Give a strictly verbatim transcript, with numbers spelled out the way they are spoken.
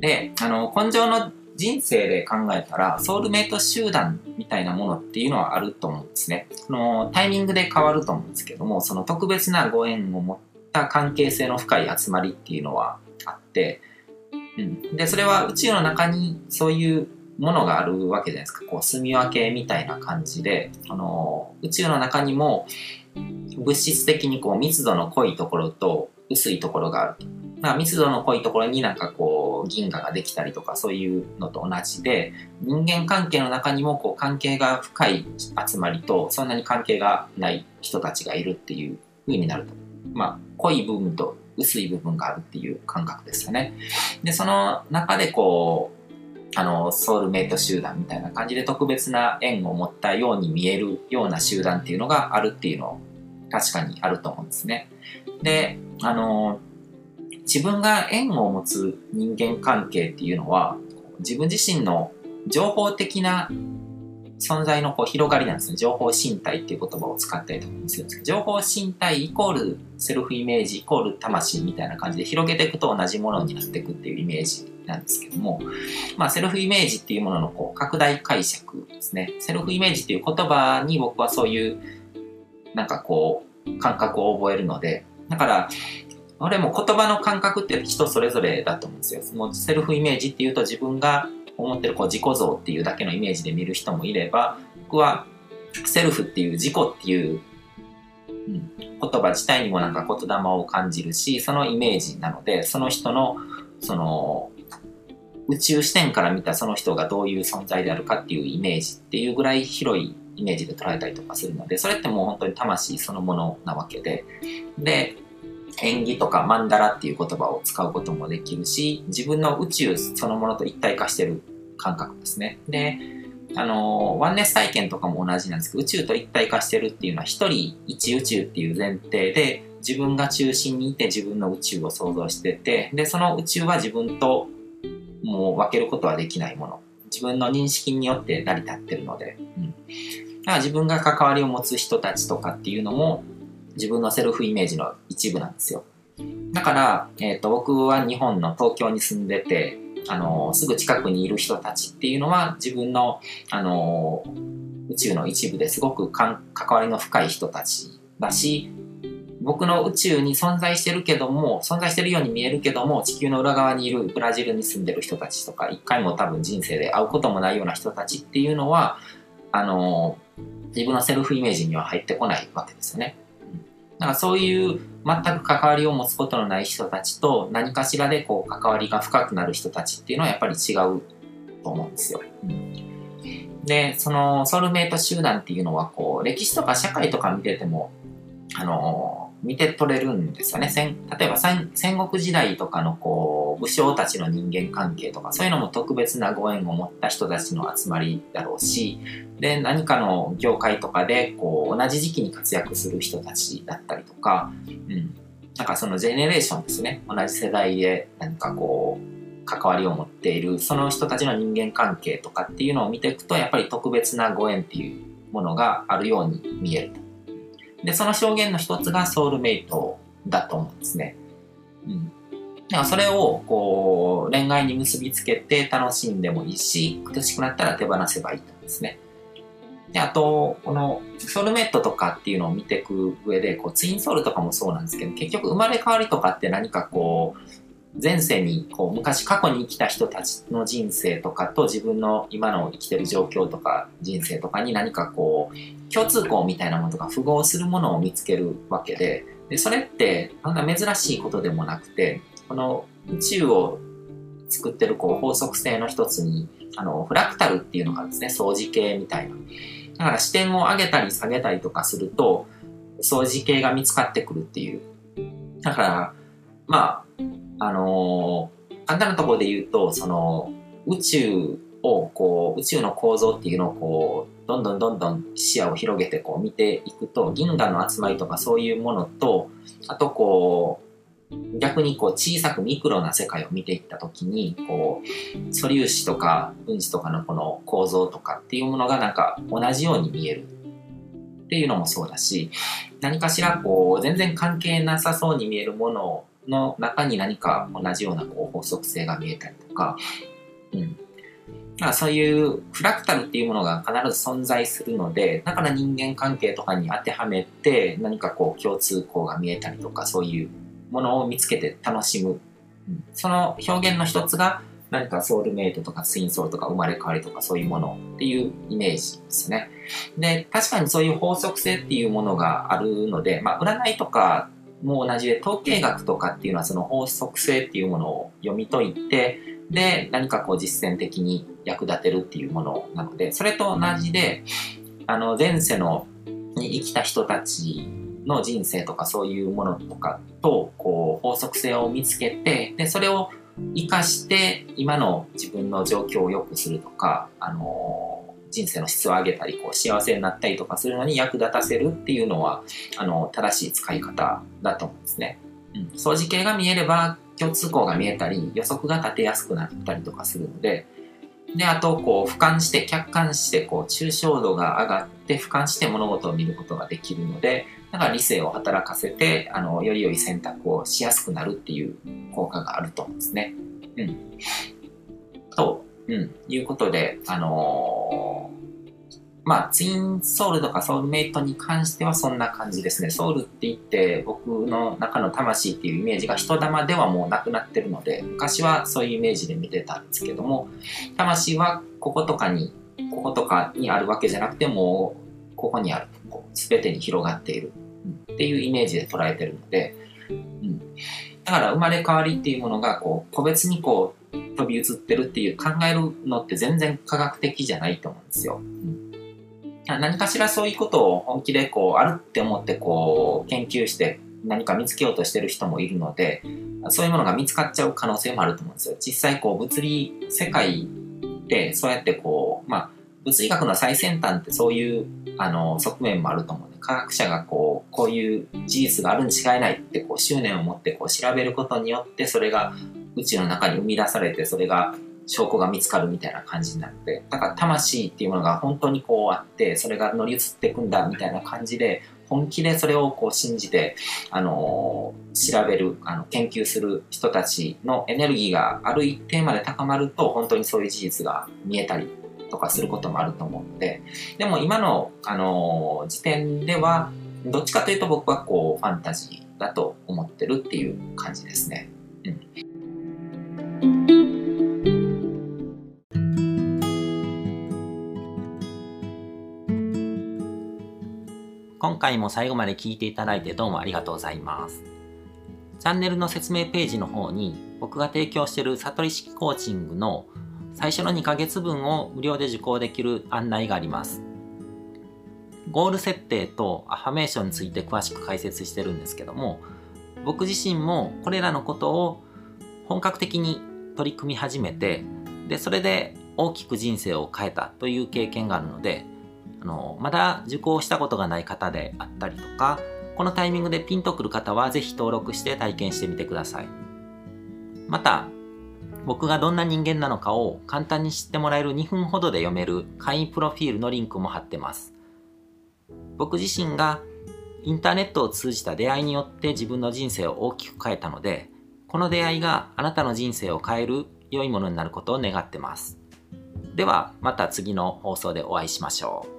で、あの、根性の人生で考えたら、ソウルメイト集団みたいなものっていうのはあると思うんですね。そのタイミングで変わると思うんですけども、その特別なご縁を持った関係性の深い集まりっていうのはあって、うん、で、それは宇宙の中にそういうものがあるわけじゃないですか。こう、住み分けみたいな感じで、あの、宇宙の中にも物質的にこう密度の濃いところと薄いところがあると。だから密度の濃いところになんかこう銀河ができたりとかそういうのと同じで、人間関係の中にもこう関係が深い集まりとそんなに関係がない人たちがいるっていう風になると。まあ、濃い部分と薄い部分があるっていう感覚ですよね。で、その中でこう、あの、ソウルメイト集団みたいな感じで特別な縁を持ったように見えるような集団っていうのがあるっていうのを確かにあると思うんですね。で、あの、自分が縁を持つ人間関係っていうのは自分自身の情報的な存在のこう広がりなんですね。情報身体っていう言葉を使ったりとかもするんですけど、情報身体イコールセルフイメージイコール魂みたいな感じで広げていくと同じものになっていくっていうイメージなんですけども、まあ、セルフイメージっていうもののこう拡大解釈ですね。セルフイメージっていう言葉に僕はそういうなんかこう感覚を覚えるので、だから俺も言葉の感覚って人それぞれだと思うんですよ。もうセルフイメージっていうと自分が思ってるこう自己像っていうだけのイメージで見る人もいれば、僕はセルフっていう自己っていう、うん、言葉自体にもなんか言霊を感じるし、そのイメージなので、その人のその宇宙視点から見たその人がどういう存在であるかっていうイメージっていうぐらい広いイメージで捉えたりとかするので、それってもう本当に魂そのものなわけで、で縁起とかマンダラっていう言葉を使うこともできるし、自分の宇宙そのものと一体化してる感覚ですね。で、あのワンネス体験とかも同じなんですけど、宇宙と一体化してるっていうのは一人一宇宙っていう前提で、自分が中心にいて自分の宇宙を想像してて、でその宇宙は自分ともう分けることはできないもの、自分の認識によって成り立ってるので、うん、だから自分が関わりを持つ人たちとかっていうのも自分のセルフイメージの一部なんですよ。だから、えーと、僕は日本の東京に住んでて、あのー、すぐ近くにいる人たちっていうのは自分の、あのー、宇宙の一部ですごく関わりの深い人たちだし、僕の宇宙に存在してるけども、存在してるように見えるけども、地球の裏側にいるブラジルに住んでる人たちとか、一回も多分人生で会うこともないような人たちっていうのは、あのー、自分のセルフイメージには入ってこないわけですよね。だからそういう全く関わりを持つことのない人たちと何かしらでこう関わりが深くなる人たちっていうのはやっぱり違うと思うんですよ。うん、で、そのソウルメイト集団っていうのはこう歴史とか社会とか見てても、あのー、見て取れるんですよね。例えば戦国時代とかのこう武将たちの人間関係とか、そういうのも特別なご縁を持った人たちの集まりだろうし、で何かの業界とかでこう同じ時期に活躍する人たちだったりとか、うん、なんかそのジェネレーションですね、同じ世代で何かこう関わりを持っているその人たちの人間関係とかっていうのを見ていくと、やっぱり特別なご縁っていうものがあるように見えると。でその表現の一つがソウルメイトだと思うんですね。うん、だからそれをこう恋愛に結びつけて楽しんでもいいし、苦しくなったら手放せばいいと思うんですね。で、あと、このソウルメイトとかっていうのを見ていく上で、こうツインソウルとかもそうなんですけど、結局生まれ変わりとかって何かこう、前世にこう昔過去に生きた人たちの人生とかと自分の今の生きてる状況とか人生とかに何かこう、共通項みたいなものとか符合するものを見つけるわけで、でそれってあんな珍しいことでもなくて、この宇宙を作ってるこう法則性の一つに、あのフラクタルっていうのがあるんですね。相似形みたいな。だから視点を上げたり下げたりとかすると相似形が見つかってくるっていう。だからまああのー、簡単なところで言うと、その宇宙をこう宇宙の構造っていうのをこうどんどんどんどん視野を広げてこう見ていくと、銀河の集まりとかそういうものと、あとこう逆にこう小さくミクロな世界を見ていったときに、こう素粒子とか分子とかのこの構造とかっていうものがなんか同じように見えるっていうのもそうだし、何かしらこう全然関係なさそうに見えるものの中に何か同じようなこう法則性が見えたりとか、うん。だからそういうフラクタルっていうものが必ず存在するので、だから人間関係とかに当てはめて何かこう共通項が見えたりとか、そういうものを見つけて楽しむ。うん、その表現の一つが何かソウルメイトとかツインソウルとか生まれ変わりとかそういうものっていうイメージですね。で、確かにそういう法則性っていうものがあるので、まあ占いとかも同じで統計学とかっていうのはその法則性っていうものを読み解いて、で、何かこう実践的に役立てるっていうものなので、それと同じで、あの、前世のに生きた人たちの人生とかそういうものとかと、こう、法則性を見つけて、で、それを活かして、今の自分の状況を良くするとか、あの、人生の質を上げたり、こう、幸せになったりとかするのに役立たせるっていうのは、あの、正しい使い方だと思うんですね。うん。相似形が見えれば、共通項が見えたり予測が立てやすくなったりとかするので、で、あと、こう、俯瞰して、客観して、こう、抽象度が上がって、俯瞰して物事を見ることができるので、だから理性を働かせて、あの、より良い選択をしやすくなるっていう効果があると思うんですね。うん。と、うん、いうことで、あのーまあ、ツインソウルとかソウルメイトに関してはそんな感じですね。ソウルって言って僕の中の魂っていうイメージが人玉ではもうなくなってるので、昔はそういうイメージで見てたんですけども、魂はこことかに、こことかにあるわけじゃなくてもうここにある、こう全てに広がっている、うん、っていうイメージで捉えてるので、うん、だから生まれ変わりっていうものがこう個別にこう飛び移ってるっていう考えるのって全然科学的じゃないと思うんですよ。うん、何かしらそういうことを本気でこうあるって思ってこう研究して何か見つけようとしてる人もいるので、そういうものが見つかっちゃう可能性もあると思うんですよ。実際こう物理世界でそうやってこう、まあ、物理学の最先端ってそういうあの側面もあると思うので、科学者がこうこういう事実があるに違いないってこう執念を持ってこう調べることによってそれが宇宙の中に生み出されて、それが証拠が見つかるみたいな感じになって、だから魂っていうものが本当にこうあって、それが乗り移っていくんだみたいな感じで、本気でそれをこう信じて、あのー、調べる、あの研究する人たちのエネルギーがある一定まで高まると、本当にそういう事実が見えたりとかすることもあると思うので、でも今の、あのー、時点では、どっちかというと僕はこうファンタジーだと思ってるっていう感じですね。うん。今回も最後まで聞いていただいてどうもありがとうございます。チャンネルの説明ページの方に僕が提供している悟り式コーチングの最初のにかげつぶんを無料で受講できる案内があります。ゴール設定とアファメーションについて詳しく解説してるんですけども、僕自身もこれらのことを本格的に取り組み始めて、でそれで大きく人生を変えたという経験があるので、あのまだ受講したことがない方であったりとか、このタイミングでピンとくる方はぜひ登録して体験してみてください。また、僕がどんな人間なのかを簡単に知ってもらえるにふんほどで読める会員プロフィールのリンクも貼ってます。僕自身がインターネットを通じた出会いによって自分の人生を大きく変えたので、この出会いがあなたの人生を変える良いものになることを願ってます。ではまた次の放送でお会いしましょう。